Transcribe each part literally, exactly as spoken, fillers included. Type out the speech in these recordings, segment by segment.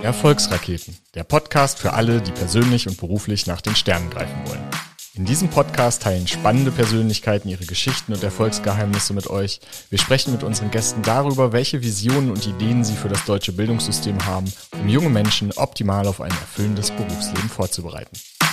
Erfolgsraketen, der Podcast für alle, die persönlich und beruflich nach den Sternen greifen wollen. In diesem Podcast teilen spannende Persönlichkeiten ihre Geschichten und Erfolgsgeheimnisse mit euch. Wir sprechen mit unseren Gästen darüber, welche Visionen und Ideen sie für das deutsche Bildungssystem haben, um junge Menschen optimal auf ein erfüllendes Berufsleben vorzubereiten.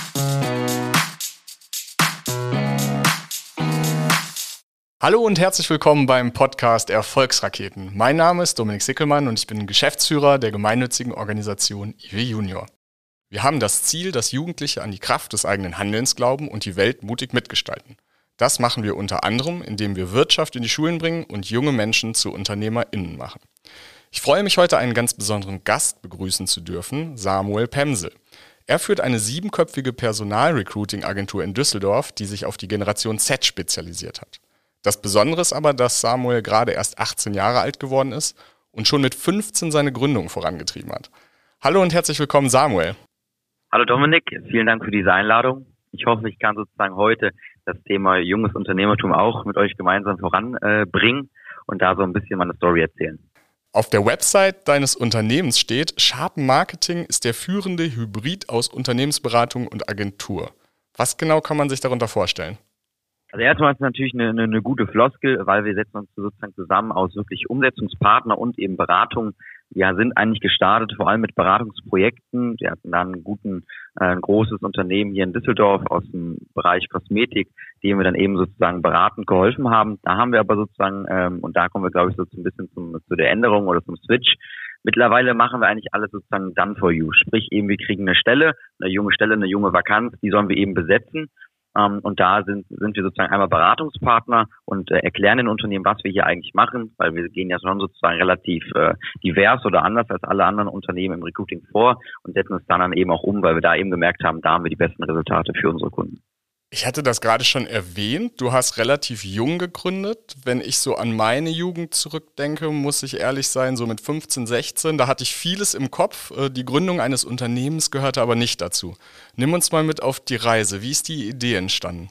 Hallo und herzlich willkommen beim Podcast Erfolgsraketen. Mein Name ist Dominik Sickelmann und ich bin Geschäftsführer der gemeinnützigen Organisation I W Junior. Wir haben das Ziel, dass Jugendliche an die Kraft des eigenen Handelns glauben und die Welt mutig mitgestalten. Das machen wir unter anderem, indem wir Wirtschaft in die Schulen bringen und junge Menschen zu UnternehmerInnen machen. Ich freue mich heute, einen ganz besonderen Gast begrüßen zu dürfen, Samuel Pemsel. Er führt eine siebenköpfige Personalrecruiting-Agentur in Düsseldorf, die sich auf die Generation Z spezialisiert hat. Das Besondere ist aber, dass Samuel gerade erst achtzehn Jahre alt geworden ist und schon mit fünfzehn seine Gründung vorangetrieben hat. Hallo und herzlich willkommen, Samuel. Hallo Dominik, vielen Dank für diese Einladung. Ich hoffe, ich kann sozusagen heute das Thema junges Unternehmertum auch mit euch gemeinsam voranbringen und da so ein bisschen meine Story erzählen. Auf der Website deines Unternehmens steht, Sharp Marketing ist der führende Hybrid aus Unternehmensberatung und Agentur. Was genau kann man sich darunter vorstellen? Also erstmal ist es natürlich eine, eine, eine gute Floskel, weil wir setzen uns sozusagen zusammen aus wirklich Umsetzungspartner und eben Beratung. Wir sind eigentlich gestartet, vor allem mit Beratungsprojekten. Wir hatten dann einen guten, äh, ein großes Unternehmen hier in Düsseldorf aus dem Bereich Kosmetik, dem wir dann eben sozusagen beratend geholfen haben. Da haben wir aber sozusagen, ähm, und da kommen wir glaube ich so ein bisschen zum, zu der Änderung oder zum Switch. Mittlerweile machen wir eigentlich alles sozusagen done for you. Sprich eben, wir kriegen eine Stelle, eine junge Stelle, eine junge Vakanz, die sollen wir eben besetzen. Um, und da sind, sind wir sozusagen einmal Beratungspartner und äh, erklären den Unternehmen, was wir hier eigentlich machen, weil wir gehen ja schon sozusagen relativ äh, divers oder anders als alle anderen Unternehmen im Recruiting vor und setzen es dann, dann eben auch um, weil wir da eben gemerkt haben, da haben wir die besten Resultate für unsere Kunden. Ich hatte das gerade schon erwähnt, du hast relativ jung gegründet. Wenn ich so an meine Jugend zurückdenke, muss ich ehrlich sein, so mit fünfzehn, sechzehn, da hatte ich vieles im Kopf. Die Gründung eines Unternehmens gehörte aber nicht dazu. Nimm uns mal mit auf die Reise. Wie ist die Idee entstanden?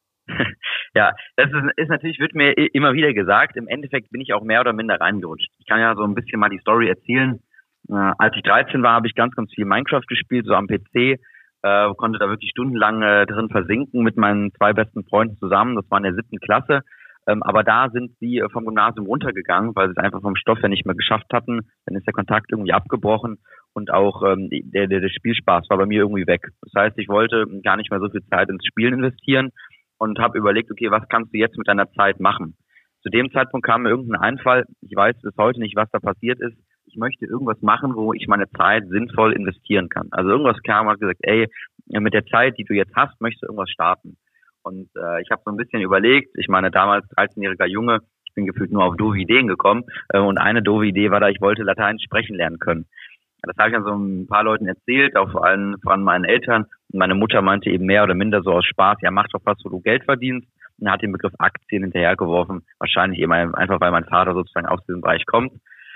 Ja, das ist, ist natürlich, wird mir immer wieder gesagt. Im Endeffekt bin ich auch mehr oder minder reingerutscht. Ich kann ja so ein bisschen mal die Story erzählen. Äh, als ich dreizehn war, habe ich ganz, ganz viel Minecraft gespielt, so am P C. Äh, konnte da wirklich stundenlang äh, drin versinken mit meinen zwei besten Freunden zusammen. Das war in der siebten Klasse. Ähm, aber da sind sie äh, vom Gymnasium runtergegangen, weil sie es einfach vom Stoff her nicht mehr geschafft hatten. Dann ist der Kontakt irgendwie abgebrochen und auch ähm, der, der, der Spielspaß war bei mir irgendwie weg. Das heißt, ich wollte gar nicht mehr so viel Zeit ins Spielen investieren und habe überlegt, okay, was kannst du jetzt mit deiner Zeit machen? Zu dem Zeitpunkt kam mir irgendein Einfall. Ich weiß bis heute nicht, was da passiert ist. Ich möchte irgendwas machen, wo ich meine Zeit sinnvoll investieren kann. Also irgendwas kam und hat gesagt, ey, mit der Zeit, die du jetzt hast, möchtest du irgendwas starten. Und äh, ich habe so ein bisschen überlegt, ich meine, damals dreizehnjähriger Junge, ich bin gefühlt nur auf doofe Ideen gekommen. Äh, und eine doofe Idee war da, ich wollte Latein sprechen lernen können. Das habe ich dann so ein paar Leuten erzählt, auch vor allem von meinen Eltern. Und meine Mutter meinte eben mehr oder minder so aus Spaß, ja, mach doch was, wo du Geld verdienst. Und hat den Begriff Aktien hinterhergeworfen. Wahrscheinlich eben einfach, weil mein Vater sozusagen aus diesem Bereich kommt.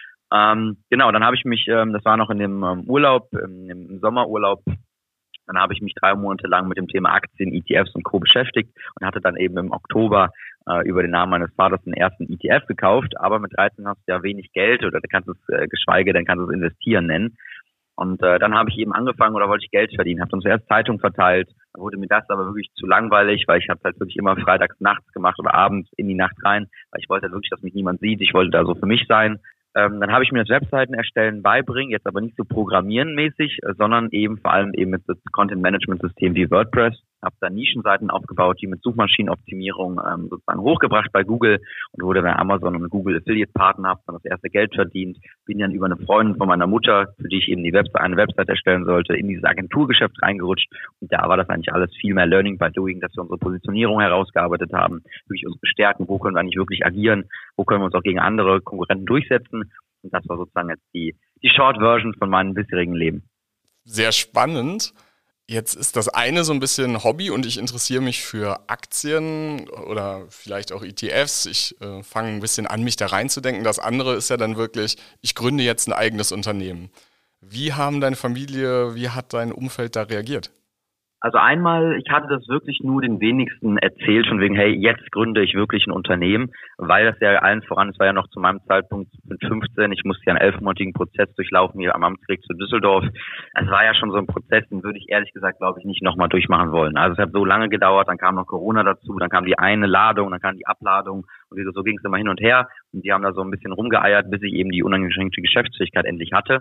Ähm, genau, dann habe ich mich, ähm, das war noch in dem ähm, Urlaub, ähm, im Sommerurlaub, dann habe ich mich drei Monate lang mit dem Thema Aktien, E T Fs und Co. beschäftigt und hatte dann eben im Oktober äh, über den Namen meines Vaters den ersten E T F gekauft, aber mit dreizehn hast du ja wenig Geld oder du kannst es, äh, geschweige denn kannst du es investieren nennen. Und äh, dann habe ich eben angefangen oder wollte ich Geld verdienen, habe dann zuerst Zeitung verteilt, dann wurde mir das aber wirklich zu langweilig, weil ich habe halt wirklich immer freitags nachts gemacht oder abends in die Nacht rein, weil ich wollte halt wirklich, dass mich niemand sieht, ich wollte da so für mich sein. Ähm, dann habe ich mir das Webseiten erstellen beibringen, jetzt aber nicht so programmierenmäßig, äh, sondern eben vor allem eben mit so Content-Management-System wie WordPress. Habe da Nischenseiten aufgebaut, die mit Suchmaschinenoptimierung ähm, sozusagen hochgebracht bei Google und wurde bei Amazon und Google Affiliate-Partner, habe dann das erste Geld verdient, bin dann über eine Freundin von meiner Mutter, für die ich eben die Website, eine Website erstellen sollte, in dieses Agenturgeschäft reingerutscht und da war das eigentlich alles viel mehr Learning by Doing, dass wir unsere Positionierung herausgearbeitet haben, wirklich uns bestärken, wo können wir eigentlich wirklich agieren, wo können wir uns auch gegen andere Konkurrenten durchsetzen und das war sozusagen jetzt die, die Short-Version von meinem bisherigen Leben. Sehr spannend. Jetzt ist das eine so ein bisschen Hobby und ich interessiere mich für Aktien oder vielleicht auch E T Fs. Ich äh, fange ein bisschen an, mich da reinzudenken. Das andere ist ja dann wirklich, ich gründe jetzt ein eigenes Unternehmen. Wie haben deine Familie, wie hat dein Umfeld da reagiert? Also einmal, ich hatte das wirklich nur den wenigsten erzählt, von wegen, hey, jetzt gründe ich wirklich ein Unternehmen, weil das ja allen voran, es war ja noch zu meinem Zeitpunkt mit fünfzehn, ich musste ja einen elfmonatigen Prozess durchlaufen hier am Amtsgericht zu Düsseldorf. Es war ja schon so ein Prozess, den würde ich ehrlich gesagt, glaube ich, nicht nochmal durchmachen wollen. Also es hat so lange gedauert, dann kam noch Corona dazu, dann kam die eine Ladung, dann kam die Abladung und so ging es immer hin und her. Und die haben da so ein bisschen rumgeeiert, bis ich eben die uneingeschränkte Geschäftsfähigkeit endlich hatte.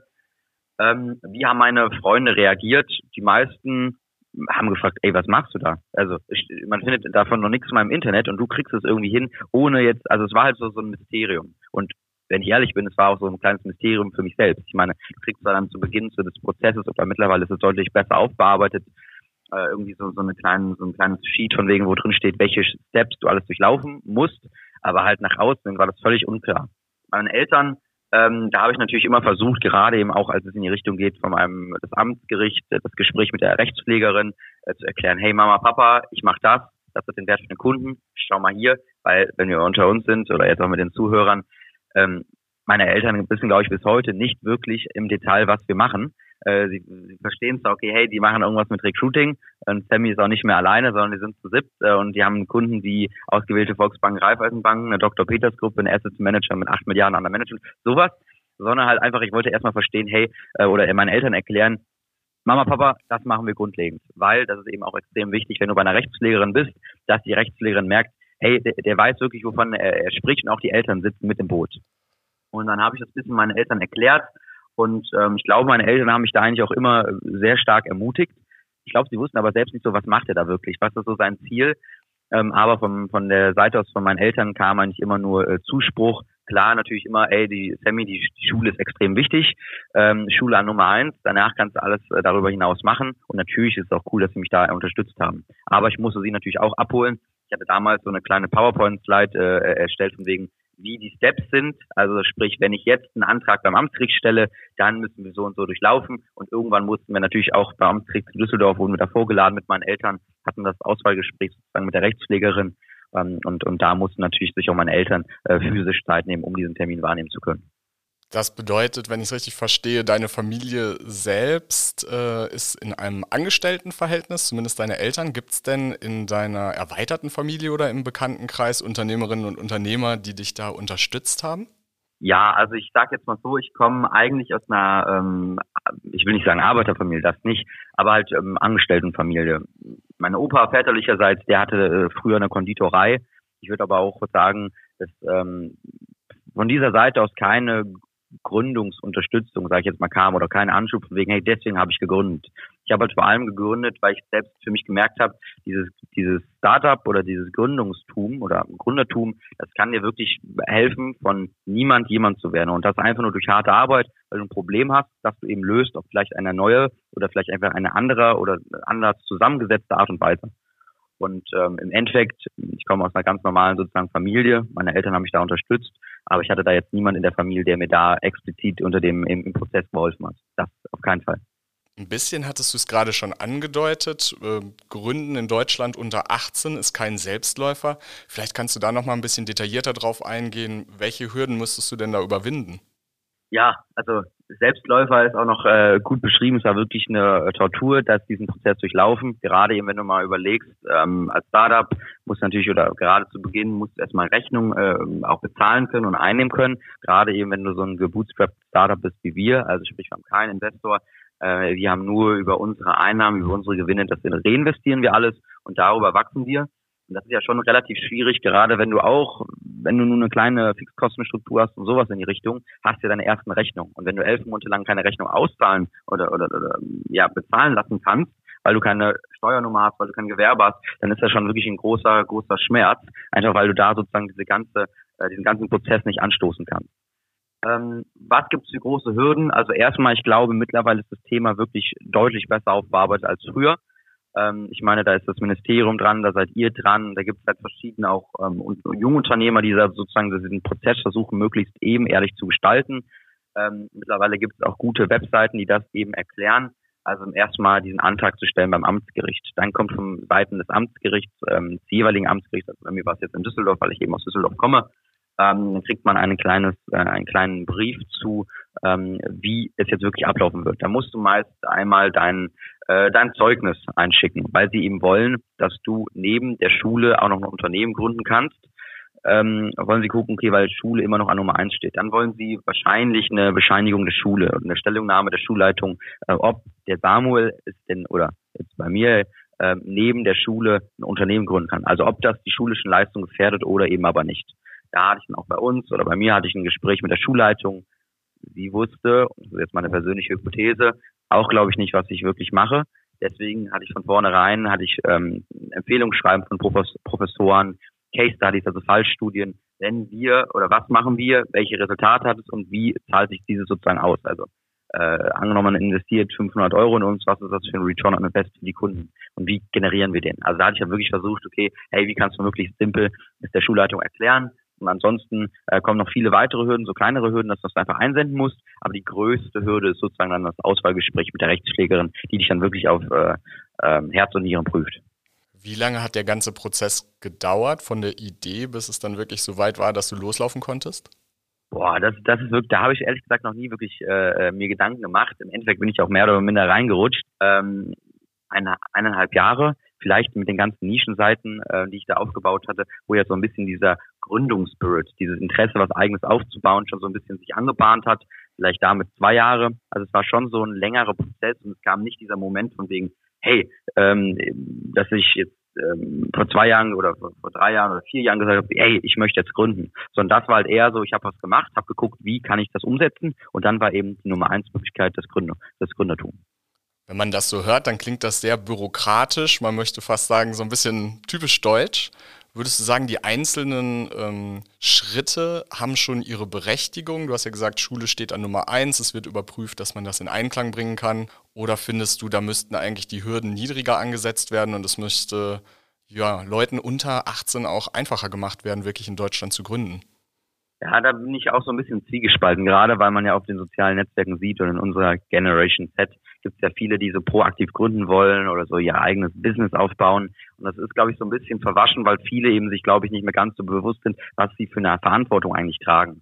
Ähm, wie haben meine Freunde reagiert? Die meisten haben gefragt, ey, was machst du da? Also ich, man findet davon noch nichts mal im Internet und du kriegst es irgendwie hin, ohne jetzt, also es war halt so, so ein Mysterium. Und wenn ich ehrlich bin, es war auch so ein kleines Mysterium für mich selbst. Ich meine, du kriegst zwar dann zu Beginn so des Prozesses, oder mittlerweile ist es deutlich besser aufbearbeitet, äh, irgendwie so, so, eine kleine, so ein kleines Sheet von wegen, wo drin steht, welche Steps du alles durchlaufen musst, aber halt nach außen war das völlig unklar. Meine Eltern, Ähm, da habe ich natürlich immer versucht, gerade eben auch, als es in die Richtung geht von einem das Amtsgericht, das Gespräch mit der Rechtspflegerin, äh, zu erklären, hey Mama, Papa, ich mache das, das hat den Wert für den Kunden, schau mal hier, weil wenn wir unter uns sind oder jetzt auch mit den Zuhörern, ähm, meine Eltern wissen, glaube ich, bis heute nicht wirklich im Detail, was wir machen. Äh, sie, sie verstehen zwar, okay, hey, die machen irgendwas mit Recruiting und Sammy ist auch nicht mehr alleine, sondern die sind zu siebt äh, und die haben Kunden wie ausgewählte Volksbanken, Raiffeisenbanken, eine Doktor Peters Gruppe, eine Asset Manager mit acht Milliarden an der Management, sowas, sondern halt einfach, ich wollte erstmal verstehen, hey, äh, oder meinen Eltern erklären, Mama, Papa, das machen wir grundlegend, weil das ist eben auch extrem wichtig, wenn du bei einer Rechtspflegerin bist, dass die Rechtspflegerin merkt, hey, der, der weiß wirklich, wovon er, er spricht und auch die Eltern sitzen mit im Boot. Und dann habe ich das ein bisschen meinen Eltern erklärt und ähm, ich glaube, meine Eltern haben mich da eigentlich auch immer sehr stark ermutigt. Ich glaube, sie wussten aber selbst nicht so, was macht er da wirklich, was ist so sein Ziel. Ähm, aber von, von der Seite aus von meinen Eltern kam eigentlich immer nur äh, Zuspruch. Klar, natürlich immer, ey, die Sammy, die, die Schule ist extrem wichtig. Ähm, Schule an Nummer eins, danach kannst du alles äh, darüber hinaus machen. Und natürlich ist es auch cool, dass sie mich da unterstützt haben. Aber ich musste sie natürlich auch abholen. Ich hatte damals so eine kleine PowerPoint-Slide äh, erstellt, von wegen, wie die Steps sind. Also sprich, wenn ich jetzt einen Antrag beim Amtsgericht stelle, dann müssen wir so und so durchlaufen. Und irgendwann mussten wir natürlich auch beim Amtsgericht Düsseldorf, wurden wir da vorgeladen mit meinen Eltern, hatten das Auswahlgespräch sozusagen mit der Rechtspflegerin. Ähm, und, und da mussten natürlich sich auch meine Eltern äh, physisch Zeit nehmen, um diesen Termin wahrnehmen zu können. Das bedeutet, wenn ich es richtig verstehe, deine Familie selbst äh, ist in einem Angestelltenverhältnis, zumindest deine Eltern. Gibt es denn in deiner erweiterten Familie oder im Bekanntenkreis Unternehmerinnen und Unternehmer, die dich da unterstützt haben? Ja, also ich sage jetzt mal so, ich komme eigentlich aus einer, ähm, ich will nicht sagen Arbeiterfamilie, das nicht, aber halt ähm, Angestelltenfamilie. Mein Opa väterlicherseits, der hatte äh, früher eine Konditorei. Ich würde aber auch sagen, dass ähm, von dieser Seite aus keine Gründungsunterstützung, sage ich jetzt mal, kam oder kein Anschub von wegen, hey, deswegen habe ich gegründet. Ich habe halt vor allem gegründet, weil ich selbst für mich gemerkt habe, dieses dieses Startup oder dieses Gründungstum oder Gründertum, das kann dir wirklich helfen, von niemand jemand zu werden. Und das einfach nur durch harte Arbeit, weil du ein Problem hast, das du eben löst auf vielleicht eine neue oder vielleicht einfach eine andere oder anders zusammengesetzte Art und Weise. Und ähm, im Endeffekt, ich komme aus einer ganz normalen sozusagen Familie, meine Eltern haben mich da unterstützt, aber ich hatte da jetzt niemand in der Familie, der mir da explizit unter dem im, im Prozess geholfen hat. Das auf keinen Fall. Ein bisschen hattest du es gerade schon angedeutet. Äh, Gründen in Deutschland unter achtzehn ist kein Selbstläufer. Vielleicht kannst du da noch mal ein bisschen detaillierter drauf eingehen. Welche Hürden müsstest du denn da überwinden? Ja, also Selbstläufer ist auch noch äh, gut beschrieben. Es war wirklich eine äh, Tortur, dass diesen Prozess durchlaufen. Gerade eben, wenn du mal überlegst, ähm, als Startup musst du natürlich oder gerade zu Beginn musst du erstmal Rechnungen äh, auch bezahlen können und einnehmen können. Gerade eben, wenn du so ein gebootstrapped Startup bist wie wir, also sprich, wir haben keinen Investor. Äh, wir haben nur über unsere Einnahmen, über unsere Gewinne, das reinvestieren wir alles und darüber wachsen wir. Und das ist ja schon relativ schwierig, gerade wenn du auch, wenn du nur eine kleine Fixkostenstruktur hast und sowas in die Richtung, hast du deine ersten Rechnungen. Und wenn du elf Monate lang keine Rechnung auszahlen oder, oder, oder ja bezahlen lassen kannst, weil du keine Steuernummer hast, weil du kein Gewerbe hast, dann ist das schon wirklich ein großer, großer Schmerz, einfach weil du da sozusagen diese ganze, äh, diesen ganzen Prozess nicht anstoßen kannst. Ähm, was gibt es für große Hürden? Also erstmal, ich glaube, mittlerweile ist das Thema wirklich deutlich besser aufbearbeitet als früher. Ich meine, da ist das Ministerium dran, da seid ihr dran, da gibt es halt verschiedene auch ähm, Jungunternehmer, die da sozusagen diesen Prozess versuchen, möglichst ebenerdig zu gestalten. Ähm, mittlerweile gibt es auch gute Webseiten, die das eben erklären. Also erstmal diesen Antrag zu stellen beim Amtsgericht. Dann kommt von Seiten des Amtsgerichts, ähm, des jeweiligen Amtsgerichts, also bei mir war es jetzt in Düsseldorf, weil ich eben aus Düsseldorf komme, Ähm, dann kriegt man ein kleines, äh, einen kleinen Brief zu, ähm, wie es jetzt wirklich ablaufen wird. Da musst du meist einmal dein, äh, dein Zeugnis einschicken, weil sie eben wollen, dass du neben der Schule auch noch ein Unternehmen gründen kannst. Ähm, wollen sie gucken, okay, weil Schule immer noch an Nummer eins steht. Dann wollen sie wahrscheinlich eine Bescheinigung der Schule und eine Stellungnahme der Schulleitung, äh, ob der Samuel ist denn, oder jetzt bei mir, äh, neben der Schule ein Unternehmen gründen kann. Also ob das die schulischen Leistungen gefährdet oder eben aber nicht. Da hatte ich dann auch bei uns oder bei mir hatte ich ein Gespräch mit der Schulleitung. Sie wusste, das ist jetzt meine persönliche Hypothese, auch glaube ich nicht, was ich wirklich mache. Deswegen hatte ich von vornherein, hatte ich ähm, Empfehlungsschreiben von Profes- Professoren, Case Studies, also Fallstudien, wenn wir oder was machen wir, welche Resultate hat es und wie zahlt sich dieses sozusagen aus. Also äh, angenommen, man investiert fünfhundert Euro in uns, was ist das für ein Return on Invest für die Kunden und wie generieren wir den? Also da hatte ich ja wirklich versucht, okay, hey, wie kannst du möglichst simpel es der Schulleitung erklären? Und ansonsten äh, kommen noch viele weitere Hürden, so kleinere Hürden, dass du das einfach einsenden musst. Aber die größte Hürde ist sozusagen dann das Auswahlgespräch mit der Rechtspflegerin, die dich dann wirklich auf äh, äh, Herz und Nieren prüft. Wie lange hat der ganze Prozess gedauert, von der Idee, bis es dann wirklich so weit war, dass du loslaufen konntest? Boah, das, das ist wirklich, da habe ich ehrlich gesagt noch nie wirklich äh, mir Gedanken gemacht. Im Endeffekt bin ich auch mehr oder minder reingerutscht. Ähm, eine, eineinhalb Jahre, vielleicht mit den ganzen Nischenseiten, äh, die ich da aufgebaut hatte, wo jetzt so ein bisschen dieser Gründungsspirit, dieses Interesse, was Eigenes aufzubauen, schon so ein bisschen sich angebahnt hat. Vielleicht damit zwei Jahre. Also es war schon so ein längerer Prozess und es kam nicht dieser Moment von wegen, hey, ähm, dass ich jetzt ähm, vor zwei Jahren oder vor, vor drei Jahren oder vier Jahren gesagt habe, hey, ich möchte jetzt gründen. Sondern das war halt eher so, ich habe was gemacht, habe geguckt, wie kann ich das umsetzen und dann war eben die Nummer eins Möglichkeit das Gründer, das Gründertum. Wenn man das so hört, dann klingt das sehr bürokratisch, man möchte fast sagen, so ein bisschen typisch deutsch. Würdest du sagen, die einzelnen ähm, Schritte haben schon ihre Berechtigung? Du hast ja gesagt, Schule steht an Nummer eins, es wird überprüft, dass man das in Einklang bringen kann. Oder findest du, da müssten eigentlich die Hürden niedriger angesetzt werden und es müsste ja, Leuten unter achtzehn auch einfacher gemacht werden, wirklich in Deutschland zu gründen? Ja, da bin ich auch so ein bisschen zwiegespalten, gerade weil man ja auf den sozialen Netzwerken sieht und in unserer Generation Z gibt es ja viele, die so proaktiv gründen wollen oder so ihr eigenes Business aufbauen. Und das ist, glaube ich, so ein bisschen verwaschen, weil viele eben sich, glaube ich, nicht mehr ganz so bewusst sind, was sie für eine Verantwortung eigentlich tragen.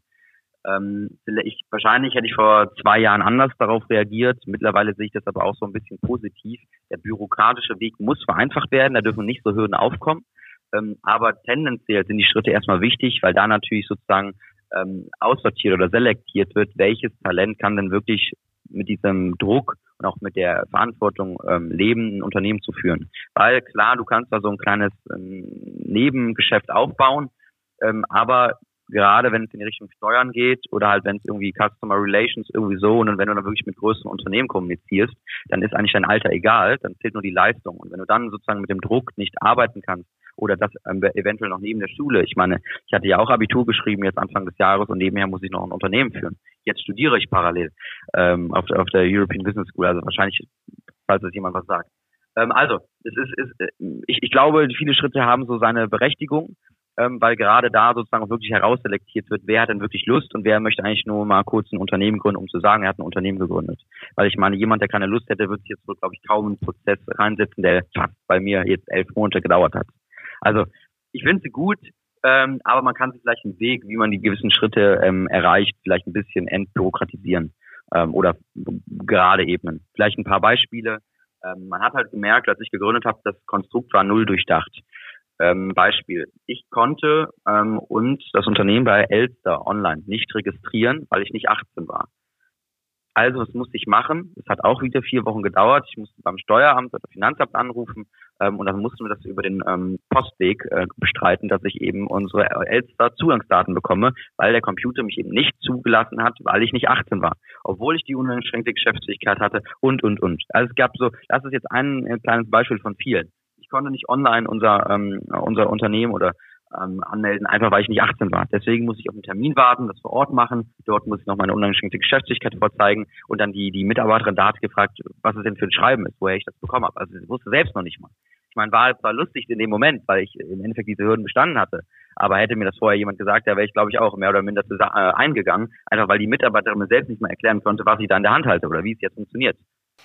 Ähm, ich, wahrscheinlich hätte ich vor zwei Jahren anders darauf reagiert. Mittlerweile sehe ich das aber auch so ein bisschen positiv. Der bürokratische Weg muss vereinfacht werden, da dürfen nicht so Hürden aufkommen. Ähm, aber tendenziell sind die Schritte erstmal wichtig, weil da natürlich sozusagen ähm, aussortiert oder selektiert wird, welches Talent kann denn wirklich mit diesem Druck und auch mit der Verantwortung ähm, leben, ein Unternehmen zu führen. Weil klar, du kannst da so ein kleines ähm, Nebengeschäft aufbauen, ähm, aber gerade wenn es in die Richtung Steuern geht oder halt wenn es irgendwie Customer Relations irgendwie so und wenn du dann wirklich mit größeren Unternehmen kommunizierst, dann ist eigentlich dein Alter egal, dann zählt nur die Leistung. Und wenn du dann sozusagen mit dem Druck nicht arbeiten kannst oder das ähm, eventuell noch neben der Schule, ich meine, ich hatte ja auch Abitur geschrieben jetzt Anfang des Jahres und nebenher muss ich noch ein Unternehmen führen. Jetzt studiere ich parallel ähm, auf, auf der European Business School, also wahrscheinlich, falls es jemand was sagt. Ähm, also, es ist, ist ich, ich glaube, viele Schritte haben so seine Berechtigung, ähm, weil gerade da sozusagen auch wirklich herausselektiert wird, wer hat denn wirklich Lust und wer möchte eigentlich nur mal kurz ein Unternehmen gründen, um zu sagen, er hat ein Unternehmen gegründet. Weil ich meine, jemand, der keine Lust hätte, wird sich jetzt so, glaube ich, kaum einen Prozess reinsetzen, der fast bei mir jetzt elf Monate gedauert hat. Also ich finde sie gut, ähm, aber man kann sich vielleicht einen Weg, wie man die gewissen Schritte ähm, erreicht, vielleicht ein bisschen entbürokratisieren ähm, oder gerade ebnen. Vielleicht ein paar Beispiele. Ähm, man hat halt gemerkt, als ich gegründet habe, das Konstrukt war null durchdacht. Ähm, Beispiel. Ich konnte ähm, und das Unternehmen bei Elster online nicht registrieren, weil ich nicht achtzehn war. Also, was musste ich machen? Es hat auch wieder vier Wochen gedauert. Ich musste beim Steueramt oder Finanzamt anrufen ähm, und dann mussten wir das über den ähm, Postweg äh, bestreiten, dass ich eben unsere Elster Zugangsdaten bekomme, weil der Computer mich eben nicht zugelassen hat, weil ich nicht achtzehn war, obwohl ich die uneingeschränkte Geschäftsfähigkeit hatte und, und, und. Also es gab so, das ist jetzt ein, ein kleines Beispiel von vielen. Ich konnte nicht online unser ähm, unser Unternehmen oder ähm, anmelden, einfach weil ich nicht achtzehn war. Deswegen muss ich auf einen Termin warten, das vor Ort machen. Dort muss ich noch meine uneingeschränkte Geschäftsfähigkeit vorzeigen und dann die die Mitarbeiterin da hat gefragt, was es denn für ein Schreiben ist, woher ich das bekommen habe. Also ich wusste selbst noch nicht mal. Ich meine, war zwar lustig in dem Moment, weil ich im Endeffekt diese Hürden bestanden hatte, aber hätte mir das vorher jemand gesagt, da wäre ich, glaube ich, auch mehr oder minder zu, äh, eingegangen, einfach weil die Mitarbeiterin mir selbst nicht mal erklären konnte, was ich da in der Hand halte oder wie es jetzt funktioniert.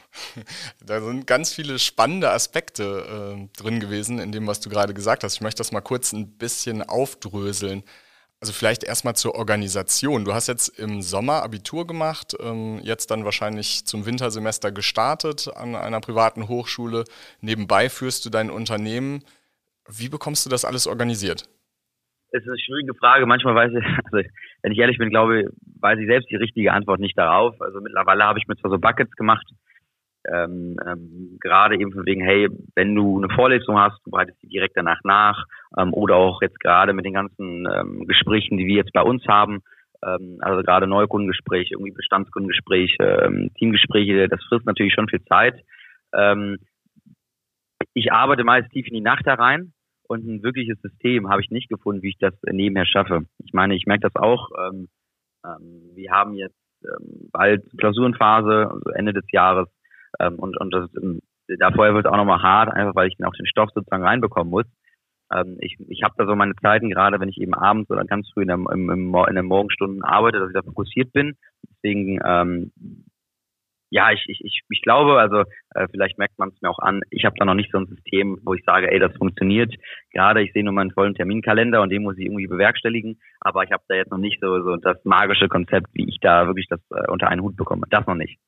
Da sind ganz viele spannende Aspekte äh, drin gewesen in dem, was du gerade gesagt hast. Ich möchte das mal kurz ein bisschen aufdröseln. Also vielleicht erstmal zur Organisation. Du hast jetzt im Sommer Abitur gemacht, ähm, jetzt dann wahrscheinlich zum Wintersemester gestartet an einer privaten Hochschule. Nebenbei führst du dein Unternehmen. Wie bekommst du das alles organisiert? Es ist eine schwierige Frage. Manchmal weiß ich, also wenn ich ehrlich bin, glaube ich, weiß ich selbst die richtige Antwort nicht darauf. Also mittlerweile habe ich mir zwar so Buckets gemacht, ähm, ähm, gerade eben von wegen, hey, wenn du eine Vorlesung hast, du bereitest die direkt danach nach, ähm, oder auch jetzt gerade mit den ganzen ähm, Gesprächen, die wir jetzt bei uns haben, ähm, also gerade Neukundengespräche, irgendwie Bestandskundengespräche, ähm, Teamgespräche, das frisst natürlich schon viel Zeit. Ähm, ich arbeite meist tief in die Nacht da rein. Und ein wirkliches System habe ich nicht gefunden, wie ich das nebenher schaffe. Ich meine, ich merke das auch. Ähm, ähm, wir haben jetzt ähm, bald Klausurenphase, also Ende des Jahres. Ähm, und und das, ähm, da vorher wird es auch nochmal hart, einfach weil ich dann auch den Stoff sozusagen reinbekommen muss. Ähm, ich ich habe da so meine Zeiten, gerade wenn ich eben abends oder ganz früh in, der, im, im, in den Morgenstunden arbeite, dass ich da fokussiert bin. Deswegen ähm, Ja, ich, ich, ich, ich glaube, also äh, vielleicht merkt man es mir auch an, ich habe da noch nicht so ein System, wo ich sage, ey, das funktioniert. Gerade ich sehe nur meinen vollen Terminkalender und den muss ich irgendwie bewerkstelligen, aber ich habe da jetzt noch nicht so, so das magische Konzept, wie ich da wirklich das äh, unter einen Hut bekomme. Das noch nicht.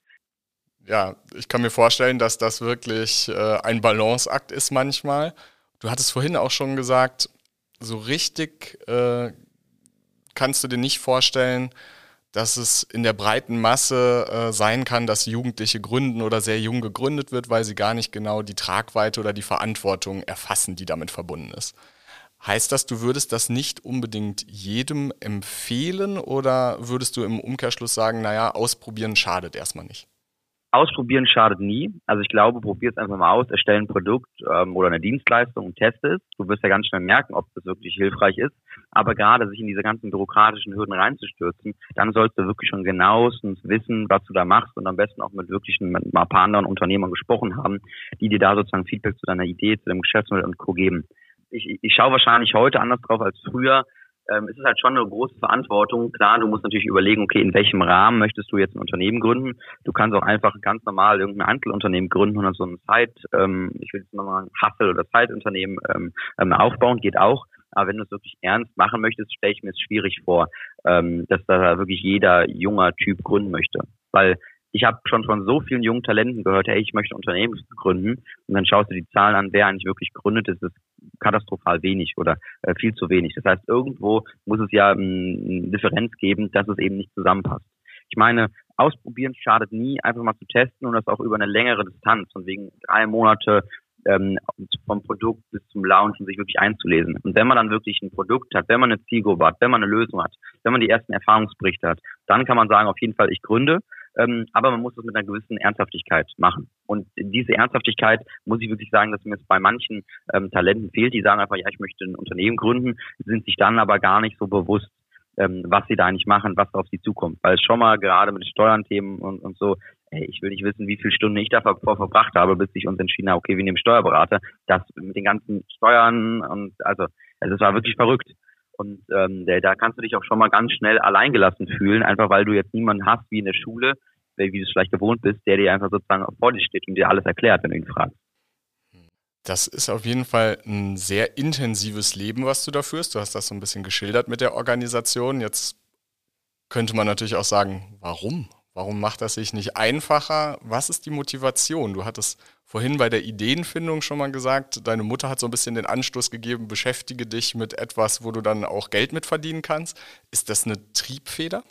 Ja, ich kann mir vorstellen, dass das wirklich äh, ein Balanceakt ist manchmal. Du hattest vorhin auch schon gesagt, so richtig äh, kannst du dir nicht vorstellen, dass es in der breiten Masse äh, sein kann, dass Jugendliche gründen oder sehr jung gegründet wird, weil sie gar nicht genau die Tragweite oder die Verantwortung erfassen, die damit verbunden ist. Heißt das, du würdest das nicht unbedingt jedem empfehlen oder würdest du im Umkehrschluss sagen, naja, ausprobieren schadet erstmal nicht? Ausprobieren schadet nie. Also ich glaube, probier es einfach mal aus, erstell ein Produkt ähm, oder eine Dienstleistung und teste es. Du wirst ja ganz schnell merken, ob das wirklich hilfreich ist. Aber gerade sich in diese ganzen bürokratischen Hürden reinzustürzen, dann sollst du wirklich schon genauestens wissen, was du da machst und am besten auch mit wirklichen, mit ein paar anderen Unternehmern gesprochen haben, die dir da sozusagen Feedback zu deiner Idee, zu deinem Geschäftsmodell und Co. geben. Ich, ich schaue wahrscheinlich heute anders drauf als früher. Ähm, es ist halt schon eine große Verantwortung. Klar, du musst natürlich überlegen, okay, in welchem Rahmen möchtest du jetzt ein Unternehmen gründen? Du kannst auch einfach ganz normal irgendein Einzelunternehmen gründen oder so ein Side, ähm, ich will jetzt nochmal ein Hustle- oder Side-Unternehmen ähm, ähm, aufbauen, geht auch. Aber wenn du es wirklich ernst machen möchtest, stelle ich mir es schwierig vor, ähm, dass da wirklich jeder junger Typ gründen möchte. Weil ich habe schon von so vielen jungen Talenten gehört, hey, ich möchte ein Unternehmen gründen. Und dann schaust du die Zahlen an, wer eigentlich wirklich gründet, das ist katastrophal wenig oder äh, viel zu wenig. Das heißt, irgendwo muss es ja eine Differenz geben, dass es eben nicht zusammenpasst. Ich meine, ausprobieren schadet nie, einfach mal zu testen und das auch über eine längere Distanz, von wegen drei Monate ähm, vom Produkt bis zum Launch und sich wirklich einzulesen. Und wenn man dann wirklich ein Produkt hat, wenn man eine Zielgruppe hat, wenn man eine Lösung hat, wenn man die ersten Erfahrungsberichte hat, dann kann man sagen, auf jeden Fall, ich gründe. Ähm, aber man muss das mit einer gewissen Ernsthaftigkeit machen. Und diese Ernsthaftigkeit, muss ich wirklich sagen, dass mir es bei manchen ähm, Talenten fehlt, die sagen einfach, ja, ich möchte ein Unternehmen gründen, sind sich dann aber gar nicht so bewusst, ähm, was sie da eigentlich machen, was auf sie zukommt. Weil es schon mal gerade mit Steuernthemen und, und so, ey, ich will nicht wissen, wie viele Stunden ich davor verbracht habe, bis ich uns entschieden habe, okay, wir nehmen Steuerberater, das mit den ganzen Steuern und also, also es war wirklich verrückt. Und ähm, da kannst du dich auch schon mal ganz schnell alleingelassen fühlen, einfach weil du jetzt niemanden hast wie in der Schule, wie du es vielleicht gewohnt bist, der dir einfach sozusagen vor dir steht und dir alles erklärt, wenn du ihn fragst. Das ist auf jeden Fall ein sehr intensives Leben, was du da führst. Du hast das so ein bisschen geschildert mit der Organisation. Jetzt könnte man natürlich auch sagen, warum? Warum macht das sich nicht einfacher? Was ist die Motivation? Du hattest vorhin bei der Ideenfindung schon mal gesagt, deine Mutter hat so ein bisschen den Anstoß gegeben, beschäftige dich mit etwas, wo du dann auch Geld mit verdienen kannst. Ist das eine Triebfeder?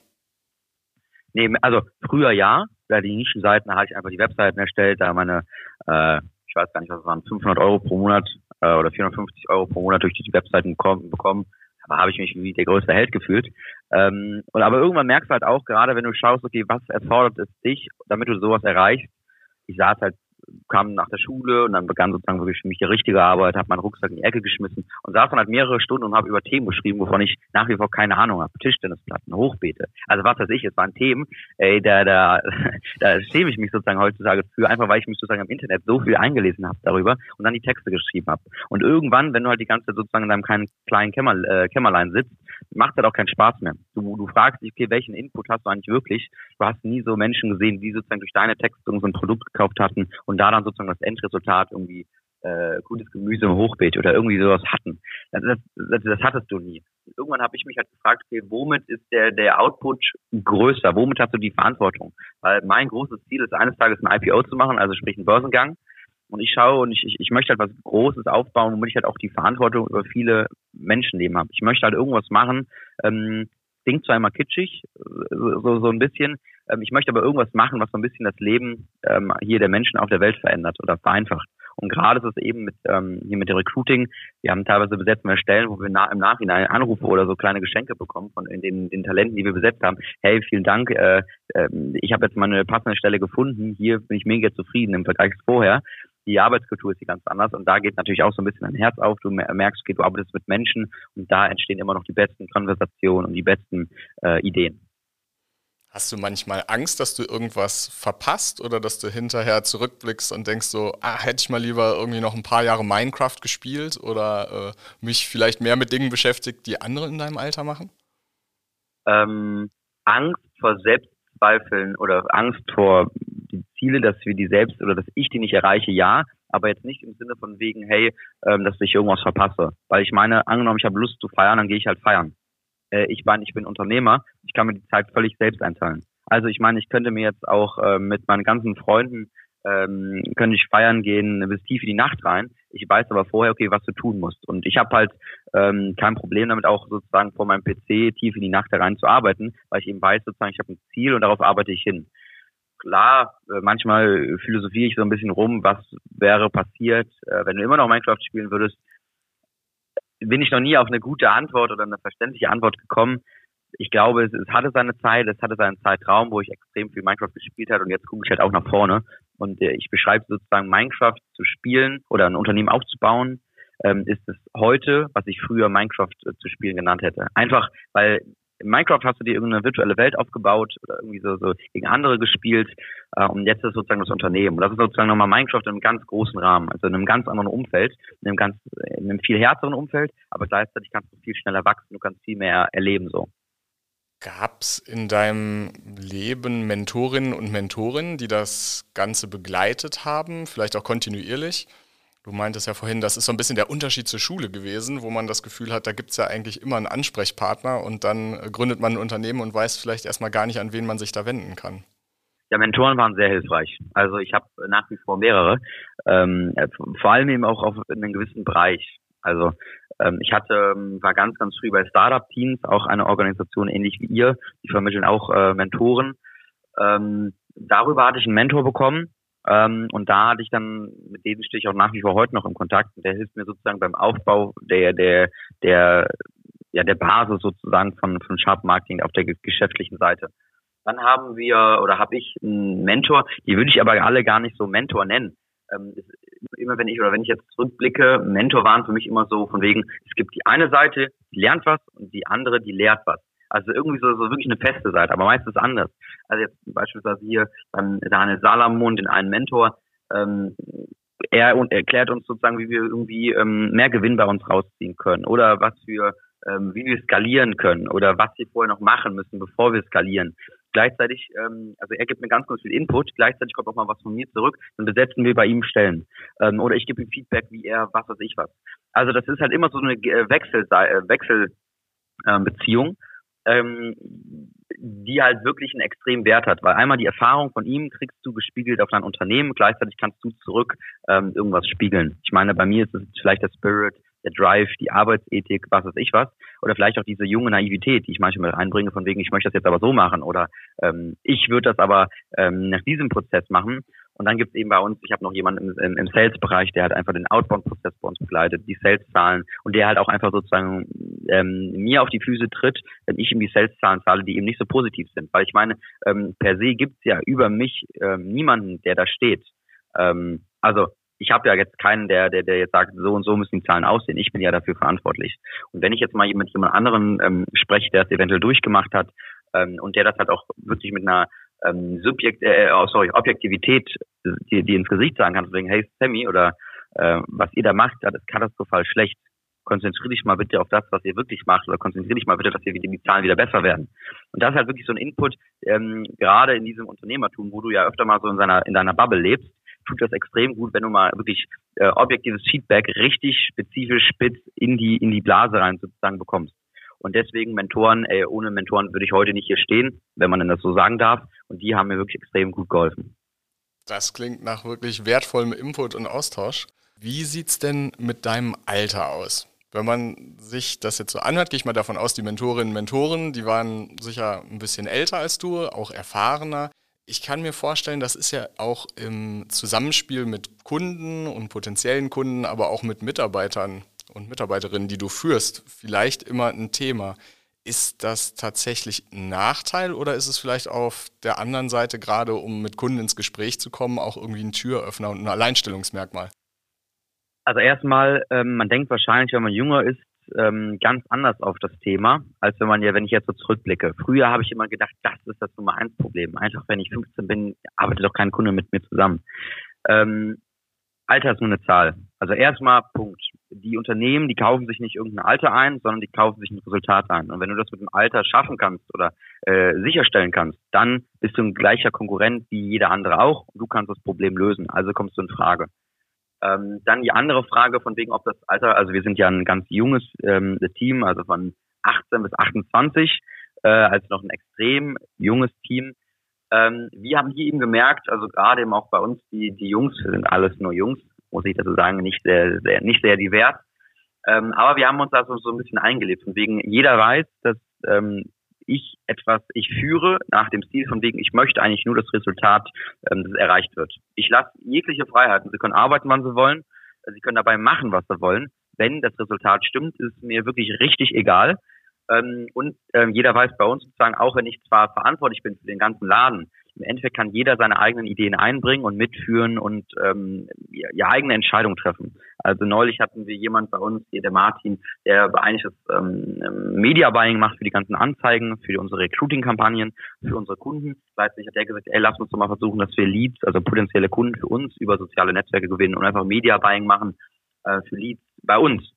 Nee, also früher ja. Bei den Nischenseiten habe ich einfach die Webseiten erstellt, da meine, äh, ich weiß gar nicht, was es waren, fünfhundert Euro pro Monat äh, oder vierhundertfünfzig Euro pro Monat durch die Webseiten bekommen. Da habe ich mich wie der größte Held gefühlt. Ähm, und aber irgendwann merkst du halt auch, gerade wenn du schaust, okay, was erfordert es dich, damit du sowas erreichst. Ich saß halt, kam nach der Schule und dann begann sozusagen wirklich für mich die richtige Arbeit, habe meinen Rucksack in die Ecke geschmissen und saß dann halt mehrere Stunden und habe über Themen geschrieben, wovon ich nach wie vor keine Ahnung habe. Tischtennisplatten, Hochbeete, also was weiß ich, es waren Themen, ey, da, da, da schäme ich mich sozusagen heutzutage für, einfach weil ich mich sozusagen im Internet so viel eingelesen habe darüber und dann die Texte geschrieben habe. Und irgendwann, wenn du halt die ganze Zeit sozusagen in deinem kleinen, kleinen Kämmer, äh, Kämmerlein sitzt, macht das auch keinen Spaß mehr. Du, du fragst dich, okay, welchen Input hast du eigentlich wirklich? Du hast nie so Menschen gesehen, die sozusagen durch deine Texte so ein Produkt gekauft hatten und da dann sozusagen das Endresultat irgendwie äh, gutes Gemüse im Hochbeet oder irgendwie sowas hatten. Das, das, das, das hattest du nie. irgendwann habe ich mich halt gefragt, okay, womit ist der, der Output größer? Womit hast du die Verantwortung? Weil mein großes Ziel ist, eines Tages ein I P O zu machen, also sprich einen Börsengang. Und ich schaue und ich, ich, ich möchte halt was Großes aufbauen, womit ich halt auch die Verantwortung über viele Menschenleben habe. Ich möchte halt irgendwas machen, ähm, klingt zwar immer kitschig, so, so, so ein bisschen, ähm, ich möchte aber irgendwas machen, was so ein bisschen das Leben ähm, hier der Menschen auf der Welt verändert oder vereinfacht. Und gerade ist es eben mit ähm, hier mit dem Recruiting, wir haben teilweise besetzen wir Stellen, wo wir na, im Nachhinein Anrufe oder so kleine Geschenke bekommen von den, den Talenten, die wir besetzt haben. Hey, vielen Dank, äh, äh, ich habe jetzt mal eine passende Stelle gefunden, hier bin ich mega zufrieden im Vergleich zu vorher. Die Arbeitskultur ist hier ganz anders und da geht natürlich auch so ein bisschen dein Herz auf. Du merkst, okay, du arbeitest mit Menschen und da entstehen immer noch die besten Konversationen und die besten äh, Ideen. Hast du manchmal Angst, dass du irgendwas verpasst oder dass du hinterher zurückblickst und denkst so, ah, hätte ich mal lieber irgendwie noch ein paar Jahre Minecraft gespielt oder äh, mich vielleicht mehr mit Dingen beschäftigt, die andere in deinem Alter machen? Ähm, Angst vor Selbstzweifeln oder Angst vor die Ziele, dass wir die selbst oder dass ich die nicht erreiche, ja, aber jetzt nicht im Sinne von wegen, hey, ähm, dass ich irgendwas verpasse. Weil ich meine, angenommen, ich habe Lust zu feiern, dann gehe ich halt feiern. Äh, ich meine, ich bin Unternehmer, ich kann mir die Zeit völlig selbst einteilen. Also ich meine, ich könnte mir jetzt auch äh, mit meinen ganzen Freunden, ähm, könnte ich feiern gehen bis tief in die Nacht rein. Ich weiß aber vorher, okay, was du tun musst. Und ich habe halt ähm, kein Problem damit, auch sozusagen vor meinem P C tief in die Nacht herein zu arbeiten, weil ich eben weiß, sozusagen, ich habe ein Ziel und darauf arbeite ich hin. Klar, äh, manchmal philosophiere ich so ein bisschen rum, was wäre passiert, äh, wenn du immer noch Minecraft spielen würdest. Bin ich noch nie auf eine gute Antwort oder eine verständliche Antwort gekommen. Ich glaube, es, es hatte seine Zeit, es hatte seinen Zeitraum, wo ich extrem viel Minecraft gespielt habe und jetzt gucke ich halt auch nach vorne. Und äh, ich beschreibe sozusagen Minecraft zu spielen oder ein Unternehmen aufzubauen, ähm, ist es heute, was ich früher Minecraft äh, zu spielen genannt hätte. Einfach, weil in Minecraft hast du dir irgendeine virtuelle Welt aufgebaut oder irgendwie so, so gegen andere gespielt äh, und jetzt ist sozusagen das Unternehmen. Und das ist sozusagen nochmal Minecraft in einem ganz großen Rahmen, also in einem ganz anderen Umfeld, in einem ganz, in einem viel härteren Umfeld, aber gleichzeitig kannst du viel schneller wachsen, du kannst viel mehr erleben so. Gab's in deinem Leben Mentorinnen und Mentorinnen, die das Ganze begleitet haben, vielleicht auch kontinuierlich? Du meintest ja vorhin, das ist so ein bisschen der Unterschied zur Schule gewesen, wo man das Gefühl hat, da gibt's ja eigentlich immer einen Ansprechpartner und dann gründet man ein Unternehmen und weiß vielleicht erstmal gar nicht, an wen man sich da wenden kann. Ja, Mentoren waren sehr hilfreich. Also ich habe nach wie vor mehrere, ähm, vor allem eben auch auf einem gewissen Bereich. Also ähm, ich hatte, war ganz, ganz früh bei Startup-Teams, auch eine Organisation ähnlich wie ihr, die vermitteln auch äh, Mentoren. Ähm, darüber hatte ich einen Mentor bekommen. Ähm, und da hatte ich dann, mit denen stehe ich auch nach wie vor heute noch im Kontakt und der hilft mir sozusagen beim Aufbau der, der, der, ja, der Basis sozusagen von, von Sharp Marketing auf der geschäftlichen Seite. Dann haben wir, oder habe ich einen Mentor, die würde ich aber alle gar nicht so Mentor nennen. Ähm, immer wenn ich, oder wenn ich jetzt zurückblicke, Mentor waren für mich immer so von wegen, es gibt die eine Seite, die lernt was und die andere, die lehrt was. Also irgendwie so, so wirklich eine feste Seite, aber meistens anders. Also jetzt beispielsweise hier beim Daniel Salamon, den einen Mentor, ähm, er und erklärt uns sozusagen, wie wir irgendwie ähm, mehr Gewinn bei uns rausziehen können oder was wir, ähm, wie wir skalieren können oder was wir vorher noch machen müssen, bevor wir skalieren. Gleichzeitig, ähm, also er gibt mir ganz, ganz viel Input, gleichzeitig kommt auch mal was von mir zurück, dann besetzen wir bei ihm Stellen. Ähm, oder ich gebe ihm Feedback, wie er, was weiß ich was. Also das ist halt immer so eine Wechsel, Wechselbeziehung. Ähm, Beziehung. Ähm, die halt wirklich einen extremen Wert hat, weil einmal die Erfahrung von ihm kriegst du gespiegelt auf dein Unternehmen, gleichzeitig kannst du zurück ähm, irgendwas spiegeln. Ich meine, bei mir ist es vielleicht der Spirit, der Drive, die Arbeitsethik, was weiß ich was, oder vielleicht auch diese junge Naivität, die ich manchmal reinbringe, von wegen, ich möchte das jetzt aber so machen oder ähm, ich würde das aber ähm, nach diesem Prozess machen. Und dann gibt es eben bei uns, ich habe noch jemanden im, im Sales-Bereich, der halt einfach den Outbound-Prozess bei uns begleitet, die Sales-Zahlen und der halt auch einfach sozusagen ähm, mir auf die Füße tritt, wenn ich ihm die Sales-Zahlen zahle, die eben nicht so positiv sind. Weil ich meine, ähm, per se gibt es ja über mich ähm, niemanden, der da steht. Ähm, also ich habe ja jetzt keinen, der, der, der jetzt sagt, so und so müssen die Zahlen aussehen. Ich bin ja dafür verantwortlich. Und wenn ich jetzt mal mit jemand anderen ähm, spreche, der es eventuell durchgemacht hat ähm, und der das halt auch wirklich mit einer ähm, Subjekt, äh, oh, sorry, Objektivität, die, die ins Gesicht sagen kann, deswegen, hey Sammy, oder äh, was ihr da macht, das ist katastrophal schlecht. Konzentrier dich mal bitte auf das, was ihr wirklich macht, oder konzentrier dich mal bitte, dass wir die Zahlen wieder besser werden. Und das ist halt wirklich so ein Input, ähm, gerade in diesem Unternehmertum, wo du ja öfter mal so in seiner in deiner Bubble lebst, tut das extrem gut, wenn du mal wirklich äh, objektives Feedback richtig spezifisch spitz in die in die Blase rein sozusagen bekommst. Und deswegen Mentoren, ey, ohne Mentoren würde ich heute nicht hier stehen, wenn man denn das so sagen darf. Und die haben mir wirklich extrem gut geholfen. Das klingt nach wirklich wertvollem Input und Austausch. Wie sieht's denn mit deinem Alter aus? Wenn man sich das jetzt so anhört, gehe ich mal davon aus, die Mentorinnen und Mentoren, die waren sicher ein bisschen älter als du, auch erfahrener. Ich kann mir vorstellen, das ist ja auch im Zusammenspiel mit Kunden und potenziellen Kunden, aber auch mit Mitarbeitern und Mitarbeiterinnen, die du führst, vielleicht immer ein Thema. Ist das tatsächlich ein Nachteil oder ist es vielleicht auf der anderen Seite, gerade um mit Kunden ins Gespräch zu kommen, auch irgendwie ein Türöffner und ein Alleinstellungsmerkmal? Also erstmal, ähm, man denkt wahrscheinlich, wenn man jünger ist, ähm, ganz anders auf das Thema, als wenn man ja, wenn ich jetzt so zurückblicke. Früher habe ich immer gedacht, das ist das Nummer eins Problem. Einfach, wenn ich fünfzehn bin, arbeitet doch kein Kunde mit mir zusammen. Ähm, Alter ist nur eine Zahl. Also erstmal Punkt. Die Unternehmen, die kaufen sich nicht irgendein Alter ein, sondern die kaufen sich ein Resultat ein. Und wenn du das mit dem Alter schaffen kannst oder äh, sicherstellen kannst, dann bist du ein gleicher Konkurrent wie jeder andere auch und du kannst das Problem lösen. Also kommst du in Frage. Ähm, dann die andere Frage von wegen, ob das Alter, also wir sind ja ein ganz junges ähm, Team, also von achtzehn bis achtundzwanzig, äh, also noch ein extrem junges Team. Ähm, wir haben hier eben gemerkt, also gerade eben auch bei uns, die die Jungs, wir sind alles nur Jungs, muss ich dazu sagen, nicht sehr, sehr nicht sehr divers. Ähm, aber wir haben uns da so, so ein bisschen eingelebt, von wegen, jeder weiß, dass ähm, ich etwas, ich führe nach dem Stil von wegen, ich möchte eigentlich nur das Resultat, ähm, das erreicht wird. Ich lasse jegliche Freiheiten. Sie können arbeiten, wann sie wollen. Sie können dabei machen, was sie wollen. Wenn das Resultat stimmt, ist mir wirklich richtig egal. Ähm, und ähm, jeder weiß bei uns sozusagen, auch wenn ich zwar verantwortlich bin für den ganzen Laden, im Endeffekt kann jeder seine eigenen Ideen einbringen und mitführen und ähm, ja, eigene Entscheidungen treffen. Also neulich hatten wir jemand bei uns, hier der Martin, der eigentlich das ähm, Media Buying macht für die ganzen Anzeigen, für unsere Recruiting-Kampagnen, für unsere Kunden. Gleichzeitig hat er gesagt, ey, lass uns doch mal versuchen, dass wir Leads, also potenzielle Kunden für uns über soziale Netzwerke gewinnen und einfach Media Buying machen äh, für Leads bei uns.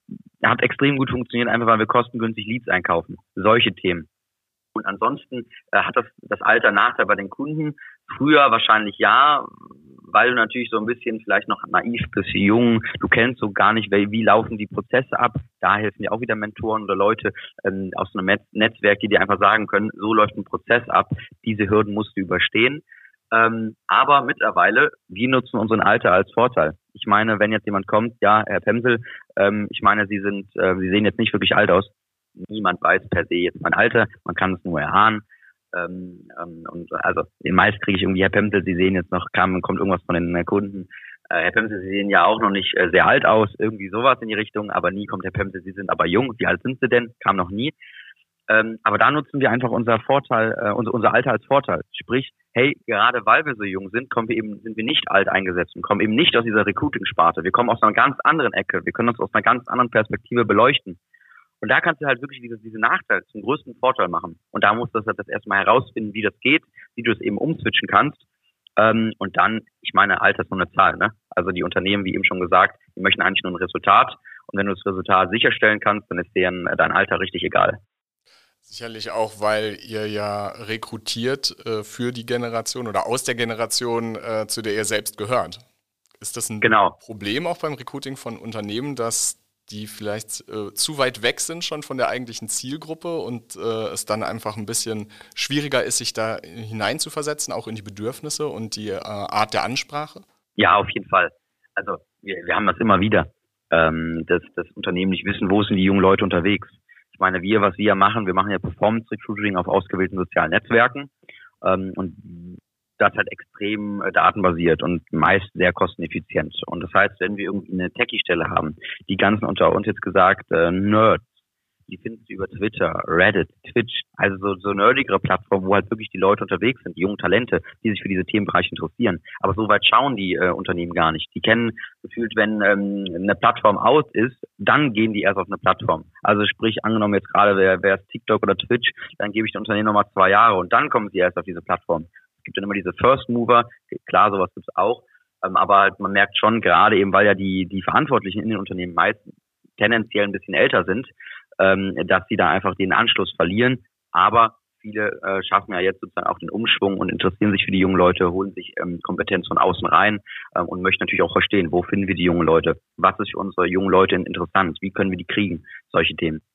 Hat extrem gut funktioniert, einfach weil wir kostengünstig Leads einkaufen. Solche Themen. Und ansonsten äh, hat das das Alter Nachteil bei den Kunden. Früher wahrscheinlich ja, weil du natürlich so ein bisschen vielleicht noch naiv bist, jung, du kennst so gar nicht, wie, wie laufen die Prozesse ab. Da helfen dir auch wieder Mentoren oder Leute ähm, aus so einem Netz- Netzwerk, die dir einfach sagen können, so läuft ein Prozess ab, diese Hürden musst du überstehen. Ähm, aber mittlerweile, wir nutzen unseren Alter als Vorteil. Ich meine, wenn jetzt jemand kommt, ja, Herr Pemsel, ähm, ich meine, Sie sind, äh, Sie sehen jetzt nicht wirklich alt aus. Niemand weiß per se jetzt mein Alter, man kann es nur erahnen. Ähm, ähm, und also meist kriege ich irgendwie, Herr Pemsel, Sie sehen jetzt noch, kam, kommt irgendwas von den äh, Kunden. Äh, Herr Pemsel, Sie sehen ja auch noch nicht äh, sehr alt aus, irgendwie sowas in die Richtung, aber nie kommt Herr Pemsel, Sie sind aber jung. Wie alt sind Sie denn? Kam noch nie. Ähm, aber da nutzen wir einfach unser Vorteil, äh, unser, unser Alter als Vorteil. Sprich, hey, gerade weil wir so jung sind, kommen wir eben, sind wir nicht alt eingesetzt und kommen eben nicht aus dieser Recruiting-Sparte. Wir kommen aus einer ganz anderen Ecke. Wir können uns aus einer ganz anderen Perspektive beleuchten. Und da kannst du halt wirklich diese, diese Nachteile zum größten Vorteil machen. Und da musst du das, das erstmal herausfinden, wie das geht, wie du es eben umswitchen kannst. Ähm, und dann, ich meine, Alter ist nur eine Zahl, ne? Also die Unternehmen, wie eben schon gesagt, die möchten eigentlich nur ein Resultat. Und wenn du das Resultat sicherstellen kannst, dann ist deren dein Alter richtig egal. Sicherlich auch, weil ihr ja rekrutiert äh, für die Generation oder aus der Generation, äh, zu der ihr selbst gehört. Ist das ein genau. Problem auch beim Recruiting von Unternehmen, dass die vielleicht äh, zu weit weg sind schon von der eigentlichen Zielgruppe und äh, es dann einfach ein bisschen schwieriger ist, sich da hineinzuversetzen, auch in die Bedürfnisse und die äh, Art der Ansprache? Ja, auf jeden Fall. Also wir, wir haben das immer wieder, ähm, dass das Unternehmen nicht wissen, wo sind die jungen Leute unterwegs. Ich meine, wir, was wir machen, wir machen ja Performance Recruiting auf ausgewählten sozialen Netzwerken ähm, und das halt extrem äh, datenbasiert und meist sehr kosteneffizient. Und das heißt, wenn wir irgendwie eine Techie-Stelle haben, die ganzen unter uns jetzt gesagt äh, Nerds, die finden sie über Twitter, Reddit, Twitch, also so, so nerdigere Plattformen, wo halt wirklich die Leute unterwegs sind, die jungen Talente, die sich für diese Themenbereiche interessieren. Aber so weit schauen die äh, Unternehmen gar nicht. Die kennen gefühlt, wenn ähm, eine Plattform aus ist, dann gehen die erst auf eine Plattform. Also sprich, angenommen jetzt gerade, wer, wer ist TikTok oder Twitch, dann gebe ich den Unternehmen nochmal zwei Jahre und dann kommen sie erst auf diese Plattform. Es gibt dann immer diese First Mover, klar, sowas gibt's auch, ähm, aber man merkt schon, gerade eben, weil ja die, die Verantwortlichen in den Unternehmen meist tendenziell ein bisschen älter sind, ähm, dass sie da einfach den Anschluss verlieren. Aber viele äh, schaffen ja jetzt sozusagen auch den Umschwung und interessieren sich für die jungen Leute, holen sich ähm, Kompetenz von außen rein ähm, und möchten natürlich auch verstehen, wo finden wir die jungen Leute? Was ist für unsere jungen Leute interessant? Wie können wir die kriegen? Solche Themen.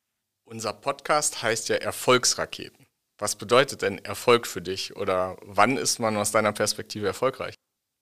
Unser Podcast heißt ja Erfolgsraketen. Was bedeutet denn Erfolg für dich oder wann ist man aus deiner Perspektive erfolgreich?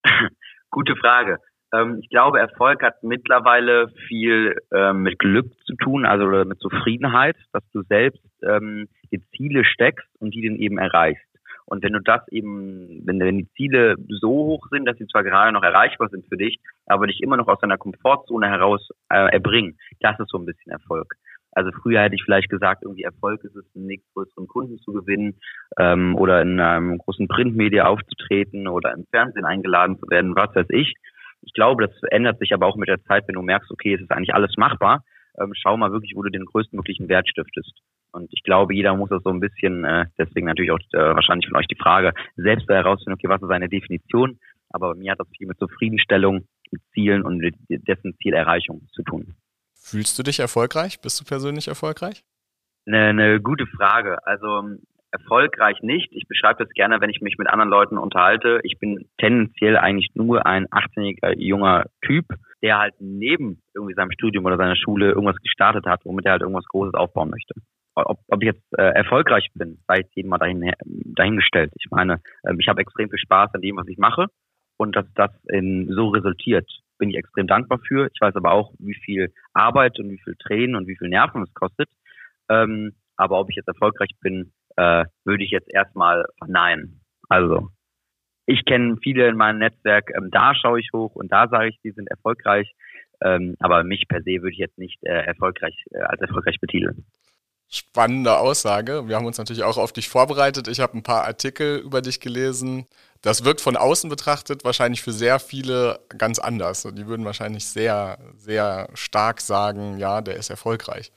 Gute Frage. Ähm, ich glaube, Erfolg hat mittlerweile viel ähm, mit Glück zu tun, also mit Zufriedenheit, dass du selbst ähm, die Ziele steckst und die dann eben erreichst. Und wenn du das eben, wenn, wenn die Ziele so hoch sind, dass sie zwar gerade noch erreichbar sind für dich, aber dich immer noch aus deiner Komfortzone heraus äh, erbringen, das ist so ein bisschen Erfolg. Also früher hätte ich vielleicht gesagt, irgendwie Erfolg ist es, einen nächstgrößeren Kunden zu gewinnen ähm, oder in einem großen Printmedia aufzutreten oder im Fernsehen eingeladen zu werden, was weiß ich. Ich glaube, das ändert sich aber auch mit der Zeit, wenn du merkst, okay, es ist eigentlich alles machbar. Ähm, schau mal wirklich, wo du den größtmöglichen Wert stiftest. Und ich glaube, jeder muss das so ein bisschen, äh, deswegen natürlich auch äh, wahrscheinlich von euch die Frage, selbst da herausfinden, okay, was ist seine Definition? Aber bei mir hat das viel mit Zufriedenstellung, mit Zielen und mit dessen Zielerreichung zu tun. Fühlst du dich erfolgreich? Bist du persönlich erfolgreich? Eine, eine gute Frage. Also erfolgreich nicht. Ich beschreibe das gerne, wenn ich mich mit anderen Leuten unterhalte. Ich bin tendenziell eigentlich nur ein achtzehnjähriger junger Typ, der halt neben irgendwie seinem Studium oder seiner Schule irgendwas gestartet hat, womit er halt irgendwas Großes aufbauen möchte. Ob, ob ich jetzt äh, erfolgreich bin, sei jetzt jedem mal dahin, dahingestellt. Ich meine, äh, ich habe extrem viel Spaß an dem, was ich mache und dass das in so resultiert, bin ich extrem dankbar für. Ich weiß aber auch, wie viel Arbeit und wie viel Tränen und wie viel Nerven es kostet. Ähm, aber ob ich jetzt erfolgreich bin, äh, würde ich jetzt erstmal verneinen. Also ich kenne viele in meinem Netzwerk, ähm, da schaue ich hoch und da sage ich, die sind erfolgreich. Ähm, aber mich per se würde ich jetzt nicht äh, erfolgreich äh, als erfolgreich betiteln. Spannende Aussage. Wir haben uns natürlich auch auf dich vorbereitet. Ich habe ein paar Artikel über dich gelesen. Das wirkt von außen betrachtet wahrscheinlich für sehr viele ganz anders. Und die würden wahrscheinlich sehr, sehr stark sagen, ja, der ist erfolgreich.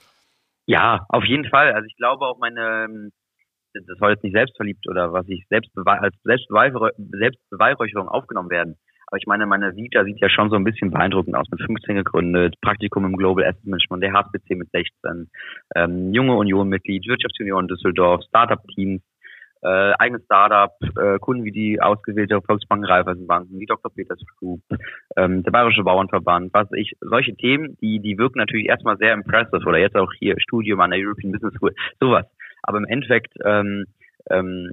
Ja, auf jeden Fall. Also ich glaube auch meine, das soll jetzt nicht selbstverliebt oder was ich Selbstbewe- als Selbstbeweihräu- Selbstbeweihräucherung aufgenommen werden. Aber ich meine, meine Vita sieht ja schon so ein bisschen beeindruckend aus. Mit fünfzehn gegründet, Praktikum im Global Asset Management, der H S B C mit sechzehn, ähm, junge Union-Mitglied, Wirtschaftsunion Düsseldorf, Startup-Teams, äh, eigenes Startup, äh, Kunden wie die ausgewählte Volksbank Raiffeisenbanken, die Doktor Peters Group, ähm, der Bayerische Bauernverband, was ich, solche Themen, die, die wirken natürlich erstmal sehr impressive oder jetzt auch hier Studium an der European Business School, sowas. Aber im Endeffekt, ähm, ähm,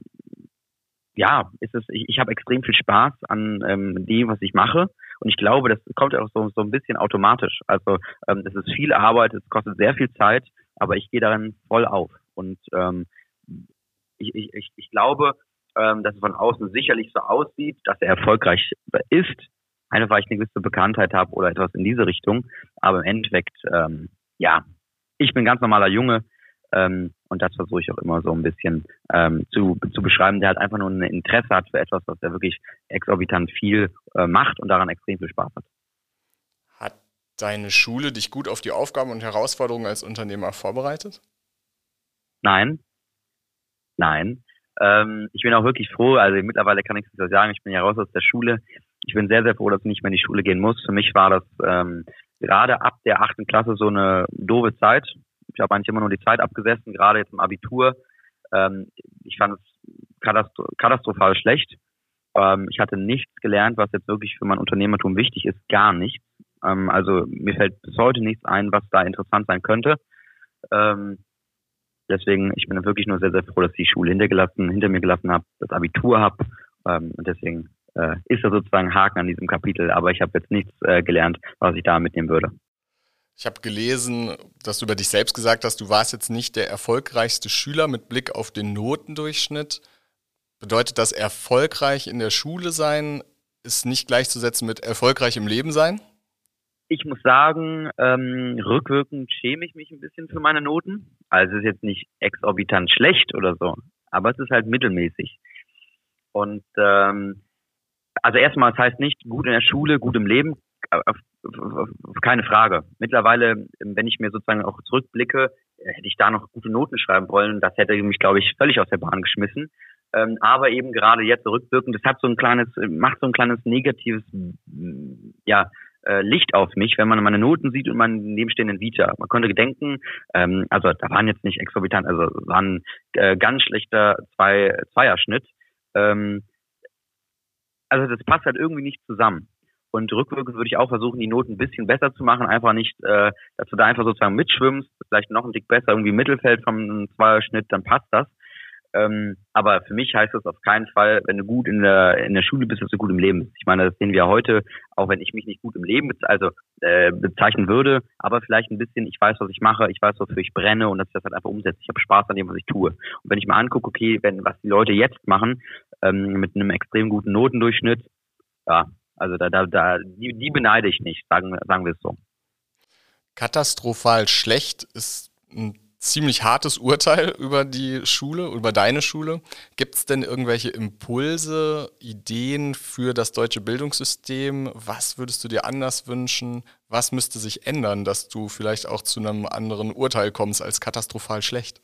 ja, ist es, ich, ich habe extrem viel Spaß an ähm, dem, was ich mache. Und ich glaube, das kommt auch so, so ein bisschen automatisch. Also ähm, es ist viel Arbeit, es kostet sehr viel Zeit, aber ich gehe darin voll auf. Und ähm, ich, ich, ich glaube, ähm, dass es von außen sicherlich so aussieht, dass er erfolgreich ist, einfach weil ich eine gewisse Bekanntheit habe oder etwas in diese Richtung. Aber im Endeffekt, ähm, ja, ich bin ein ganz normaler Junge, ähm, und das versuche ich auch immer so ein bisschen ähm, zu, zu beschreiben, der halt einfach nur ein Interesse hat für etwas, was er wirklich exorbitant viel äh, macht und daran extrem viel Spaß hat. Hat deine Schule dich gut auf die Aufgaben und Herausforderungen als Unternehmer vorbereitet? Nein. Nein. Ähm, ich bin auch wirklich froh, also mittlerweile kann ich es sagen, ich bin ja raus aus der Schule. Ich bin sehr, sehr froh, dass ich nicht mehr in die Schule gehen muss. Für mich war das ähm, gerade ab der achten Klasse so eine doofe Zeit. Ich habe eigentlich immer nur die Zeit abgesessen, gerade jetzt im Abitur. Ähm, ich fand es katastro- katastrophal schlecht. Ähm, ich hatte nichts gelernt, was jetzt wirklich für mein Unternehmertum wichtig ist, gar nichts. Ähm, also mir fällt bis heute nichts ein, was da interessant sein könnte. Ähm, deswegen, ich bin wirklich nur sehr, sehr froh, dass ich die Schule hinter, gelassen, hinter mir gelassen habe, das Abitur habe. Ähm, und deswegen äh, ist da sozusagen ein Haken an diesem Kapitel. Aber ich habe jetzt nichts äh, gelernt, was ich da mitnehmen würde. Ich habe gelesen, dass du über dich selbst gesagt hast, du warst jetzt nicht der erfolgreichste Schüler mit Blick auf den Notendurchschnitt. Bedeutet das, erfolgreich in der Schule sein ist nicht gleichzusetzen mit erfolgreich im Leben sein? Ich muss sagen, ähm, rückwirkend schäme ich mich ein bisschen für meine Noten. Also es ist jetzt nicht exorbitant schlecht oder so, aber es ist halt mittelmäßig. Und ähm, also erstmal, es heißt nicht gut in der Schule, gut im Leben, auf, auf, auf keine Frage. Mittlerweile, wenn ich mir sozusagen auch zurückblicke, hätte ich da noch gute Noten schreiben wollen. Das hätte mich, glaube ich, völlig aus der Bahn geschmissen. Ähm, aber eben gerade jetzt rückwirkend, das hat so ein kleines, macht so ein kleines negatives, ja, Licht auf mich, wenn man meine Noten sieht und man nebenstehenden Vita. Man könnte denken, ähm, also da waren jetzt nicht exorbitant, also waren äh, ganz schlechter zwei, Zweierschnitt. Ähm, also das passt halt irgendwie nicht zusammen. Und rückwirkend würde ich auch versuchen, die Noten ein bisschen besser zu machen, einfach nicht, äh, dass du da einfach sozusagen mitschwimmst, dass vielleicht noch ein Tick besser, irgendwie im Mittelfeld vom Zweierschnitt, dann passt das. Ähm, aber für mich heißt das auf keinen Fall, wenn du gut in der in der Schule bist, dass du gut im Leben bist. Ich meine, das sehen wir heute, auch wenn ich mich nicht gut im Leben bez- also äh, bezeichnen würde, aber vielleicht ein bisschen, ich weiß, was ich mache, ich weiß, wofür ich brenne und dass ich das halt einfach umsetze. Ich habe Spaß an dem, was ich tue. Und wenn ich mal angucke, okay, wenn was die Leute jetzt machen, ähm, mit einem extrem guten Notendurchschnitt, ja, also da, da, da, die, die beneide ich nicht, sagen, sagen wir es so. Katastrophal schlecht ist ein ziemlich hartes Urteil über die Schule, über deine Schule. Gibt es denn irgendwelche Impulse, Ideen für das deutsche Bildungssystem? Was würdest du dir anders wünschen? Was müsste sich ändern, dass du vielleicht auch zu einem anderen Urteil kommst als katastrophal schlecht?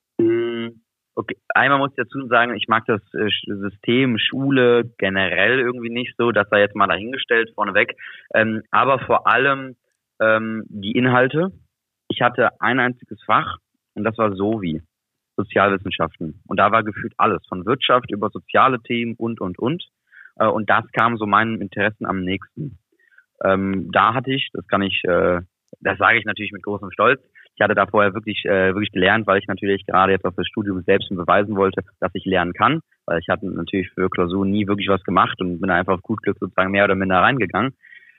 Okay, einmal muss ich dazu sagen, ich mag das äh, System Schule generell irgendwie nicht so, das sei jetzt mal dahingestellt vorneweg, ähm, aber vor allem ähm, die Inhalte. Ich hatte ein einziges Fach und das war Sovi, Sozialwissenschaften. Und da war gefühlt alles, von Wirtschaft über soziale Themen und, und, und. Äh, und das kam so meinen Interessen am nächsten. Ähm, da hatte ich, das kann ich, äh, das sage ich natürlich mit großem Stolz, ich hatte da vorher wirklich, äh, wirklich gelernt, weil ich natürlich gerade jetzt auf das Studium selbst beweisen wollte, dass ich lernen kann, weil ich hatte natürlich für Klausuren nie wirklich was gemacht und bin einfach auf gut Glück sozusagen mehr oder minder reingegangen.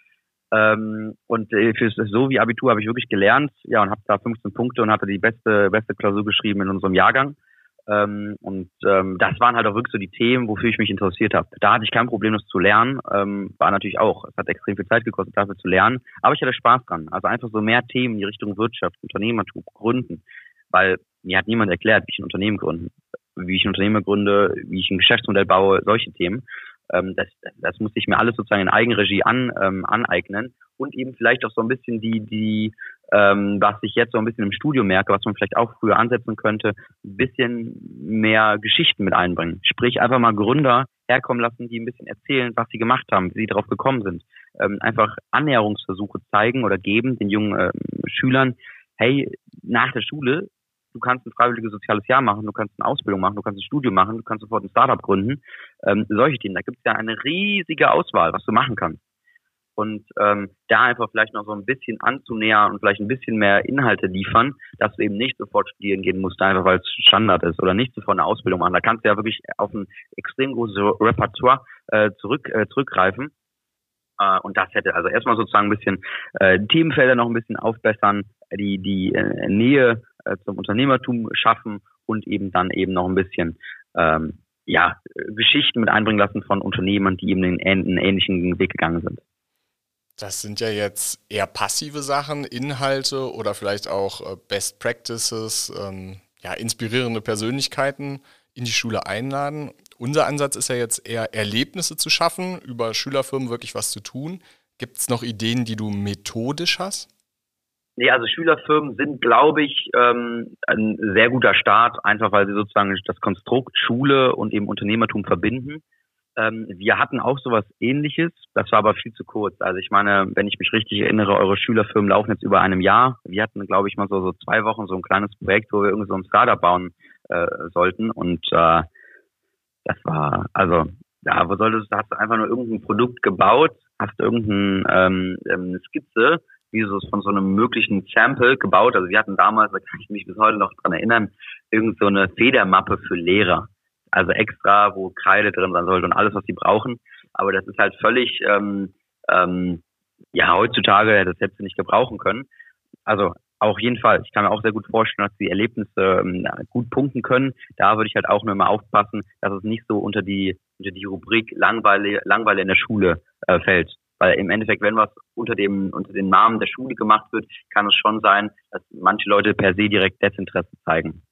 Ähm, und äh, fürs Sovi-Abitur habe ich wirklich gelernt, ja, und habe da fünfzehn Punkte und hatte die beste, beste Klausur geschrieben in unserem Jahrgang. Ähm, und ähm, das waren halt auch wirklich so die Themen, wofür ich mich interessiert habe. Da hatte ich kein Problem, das zu lernen. Ähm, war natürlich auch, es hat extrem viel Zeit gekostet, dafür zu lernen. Aber ich hatte Spaß dran. Also einfach so mehr Themen in die Richtung Wirtschaft, Unternehmertum, Gründen. Weil mir hat niemand erklärt, wie ich ein Unternehmen gründe, wie ich ein Unternehmen gründe, wie ich ein Geschäftsmodell baue, solche Themen. Ähm, das, das musste ich mir alles sozusagen in Eigenregie an, ähm, aneignen. Und eben vielleicht auch so ein bisschen die, die, ähm, was ich jetzt so ein bisschen im Studio merke, was man vielleicht auch früher ansetzen könnte, ein bisschen mehr Geschichten mit einbringen. Sprich, einfach mal Gründer herkommen lassen, die ein bisschen erzählen, was sie gemacht haben, wie sie darauf gekommen sind. Ähm, einfach Annäherungsversuche zeigen oder geben den jungen ähm, Schülern, hey, nach der Schule, du kannst ein freiwilliges soziales Jahr machen, du kannst eine Ausbildung machen, du kannst ein Studium machen, du kannst sofort ein Startup gründen. Ähm, solche Themen, da gibt es ja eine riesige Auswahl, was du machen kannst. Und ähm, da einfach vielleicht noch so ein bisschen anzunähern und vielleicht ein bisschen mehr Inhalte liefern, dass du eben nicht sofort studieren gehen musst, einfach weil es Standard ist oder nicht sofort eine Ausbildung machen. Da kannst du ja wirklich auf ein extrem großes Repertoire äh, zurück äh, zurückgreifen. Äh, und das hätte also erstmal sozusagen ein bisschen äh, Themenfelder noch ein bisschen aufbessern, die die äh, Nähe äh, zum Unternehmertum schaffen und eben dann eben noch ein bisschen ähm, ja Geschichten mit einbringen lassen von Unternehmern, die eben den, einen ähnlichen Weg gegangen sind. Das sind ja jetzt eher passive Sachen, Inhalte oder vielleicht auch äh, Best Practices, ähm, ja, inspirierende Persönlichkeiten in die Schule einladen. Unser Ansatz ist ja jetzt eher Erlebnisse zu schaffen, über Schülerfirmen wirklich was zu tun. Gibt es noch Ideen, die du methodisch hast? Nee, also Schülerfirmen sind, glaube ich, ähm, ein sehr guter Start, einfach weil sie sozusagen das Konstrukt Schule und eben Unternehmertum verbinden. Ähm, wir hatten auch sowas Ähnliches, das war aber viel zu kurz. Also ich meine, wenn ich mich richtig erinnere, eure Schülerfirmen laufen jetzt über einem Jahr. Wir hatten, glaube ich, mal so, so zwei Wochen so ein kleines Projekt, wo wir irgendwie so ein Startup bauen äh, sollten. Und äh, das war, also, ja, wo solltest du, hast du einfach nur irgendein Produkt gebaut, hast irgendeine ähm, ähm, Skizze, wie so von so einem möglichen Sample gebaut. Also wir hatten damals, da kann ich mich bis heute noch dran erinnern, irgend so eine Federmappe für Lehrer. Also extra, wo Kreide drin sein sollte und alles, was sie brauchen. Aber das ist halt völlig, ähm, ähm, ja, heutzutage, das hätte sie nicht gebrauchen können. Also auf jeden Fall. Ich kann mir auch sehr gut vorstellen, dass die Erlebnisse ähm, gut punkten können. Da würde ich halt auch nur immer aufpassen, dass es nicht so unter die unter die Rubrik Langweile, Langweile in der Schule äh, fällt. Weil im Endeffekt, wenn was unter dem unter den Namen der Schule gemacht wird, kann es schon sein, dass manche Leute per se direkt Desinteresse zeigen.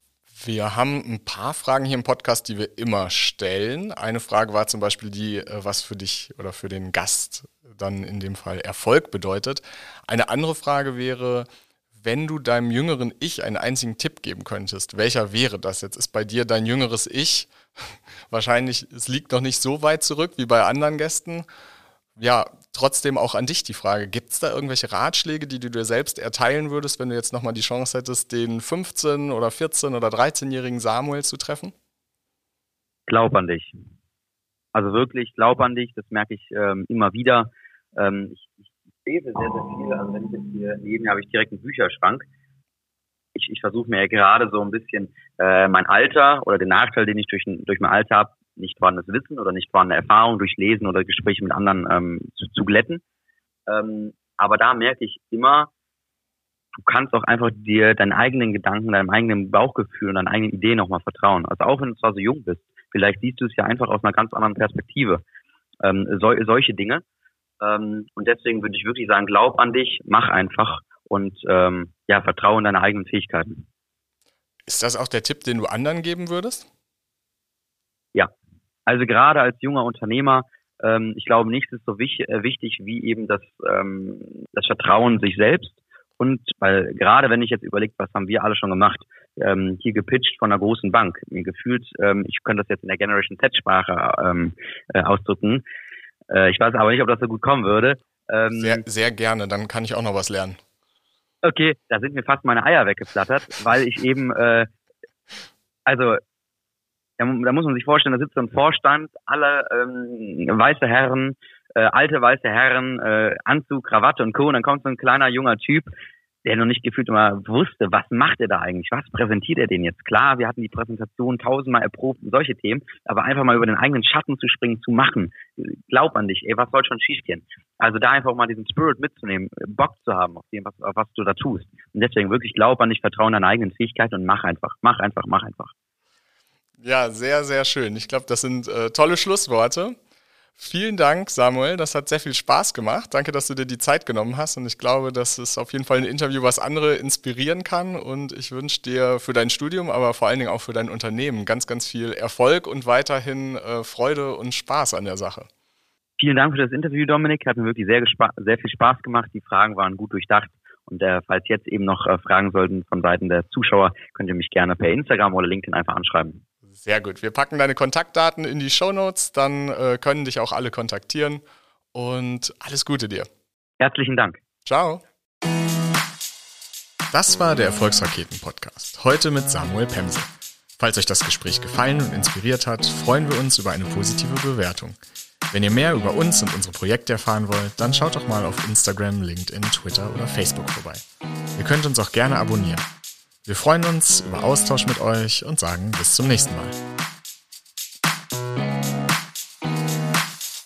Wir haben ein paar Fragen hier im Podcast, die wir immer stellen. Eine Frage war zum Beispiel die, was für dich oder für den Gast dann in dem Fall Erfolg bedeutet. Eine andere Frage wäre, wenn du deinem jüngeren Ich einen einzigen Tipp geben könntest, welcher wäre das? Jetzt ist bei dir dein jüngeres Ich wahrscheinlich, es liegt noch nicht so weit zurück wie bei anderen Gästen. Ja, trotzdem auch an dich die Frage, gibt es da irgendwelche Ratschläge, die du dir selbst erteilen würdest, wenn du jetzt nochmal die Chance hättest, den fünfzehn- oder vierzehn- oder dreizehnjährigen Samuel zu treffen? Glaub an dich. Also wirklich, glaub an dich, das merke ich ähm, immer wieder. Ähm, ich, ich lese sehr, sehr viel, also wenn ich jetzt hier neben mir habe ich direkt einen Bücherschrank. ich, ich versuche mir ja gerade so ein bisschen äh, mein Alter oder den Nachteil, den ich durch, durch mein Alter habe, nicht vorhandenes Wissen oder nicht vorhandene Erfahrung durch Lesen oder Gespräche mit anderen ähm, zu, zu glätten. Ähm, aber da merke ich immer, du kannst auch einfach dir deinen eigenen Gedanken, deinem eigenen Bauchgefühl und deinen eigenen Ideen nochmal vertrauen. Also auch wenn du zwar so jung bist, vielleicht siehst du es ja einfach aus einer ganz anderen Perspektive. Ähm, so, solche Dinge. Ähm, und deswegen würde ich wirklich sagen, glaub an dich, mach einfach und ähm, ja, vertraue in deine eigenen Fähigkeiten. Ist das auch der Tipp, den du anderen geben würdest? Ja, also gerade als junger Unternehmer, ähm, ich glaube, nichts ist so wich, äh, wichtig wie eben das, ähm, das Vertrauen in sich selbst. Und weil gerade wenn ich jetzt überlege, was haben wir alle schon gemacht, ähm, hier gepitcht von einer großen Bank, mir gefühlt, ähm, ich könnte das jetzt in der Generation Z-Sprache ähm, äh, ausdrücken. Äh, ich weiß aber nicht, ob das so gut kommen würde. Ähm, sehr, sehr gerne, dann kann ich auch noch was lernen. Okay, da sind mir fast meine Eier weggeflattert, weil ich eben, äh, also da, da muss man sich vorstellen, da sitzt so ein Vorstand, alle ähm, weiße Herren, äh, alte weiße Herren, äh, Anzug, Krawatte und Co. Und dann kommt so ein kleiner junger Typ, der noch nicht gefühlt immer wusste, was macht er da eigentlich, was präsentiert er denn jetzt? Klar, wir hatten die Präsentation tausendmal erprobt und solche Themen, aber einfach mal über den eigenen Schatten zu springen, zu machen, glaub an dich, ey, was soll schon schiefgehen? Also da einfach mal diesen Spirit mitzunehmen, Bock zu haben auf dem, was, auf was du da tust. Und deswegen wirklich glaub an dich, vertraue in deine eigenen Fähigkeiten und mach einfach, mach einfach, mach einfach. Ja, sehr, sehr schön. Ich glaube, das sind äh, tolle Schlussworte. Vielen Dank, Samuel. Das hat sehr viel Spaß gemacht. Danke, dass du dir die Zeit genommen hast. Und ich glaube, dass es auf jeden Fall ein Interview, was andere inspirieren kann. Und ich wünsche dir für dein Studium, aber vor allen Dingen auch für dein Unternehmen ganz, ganz viel Erfolg und weiterhin äh, Freude und Spaß an der Sache. Vielen Dank für das Interview, Dominik. Hat mir wirklich sehr, gespa- sehr viel Spaß gemacht. Die Fragen waren gut durchdacht. Und äh, falls jetzt eben noch äh, Fragen sollten von Seiten der Zuschauer, könnt ihr mich gerne per Instagram oder LinkedIn einfach anschreiben. Sehr gut. Wir packen deine Kontaktdaten in die Shownotes, dann äh, können dich auch alle kontaktieren und alles Gute dir. Herzlichen Dank. Ciao. Das war der Erfolgsraketen-Podcast. Heute mit Samuel Pemse. Falls euch das Gespräch gefallen und inspiriert hat, freuen wir uns über eine positive Bewertung. Wenn ihr mehr über uns und unsere Projekte erfahren wollt, dann schaut doch mal auf Instagram, LinkedIn, Twitter oder Facebook vorbei. Ihr könnt uns auch gerne abonnieren. Wir freuen uns über Austausch mit euch und sagen bis zum nächsten Mal.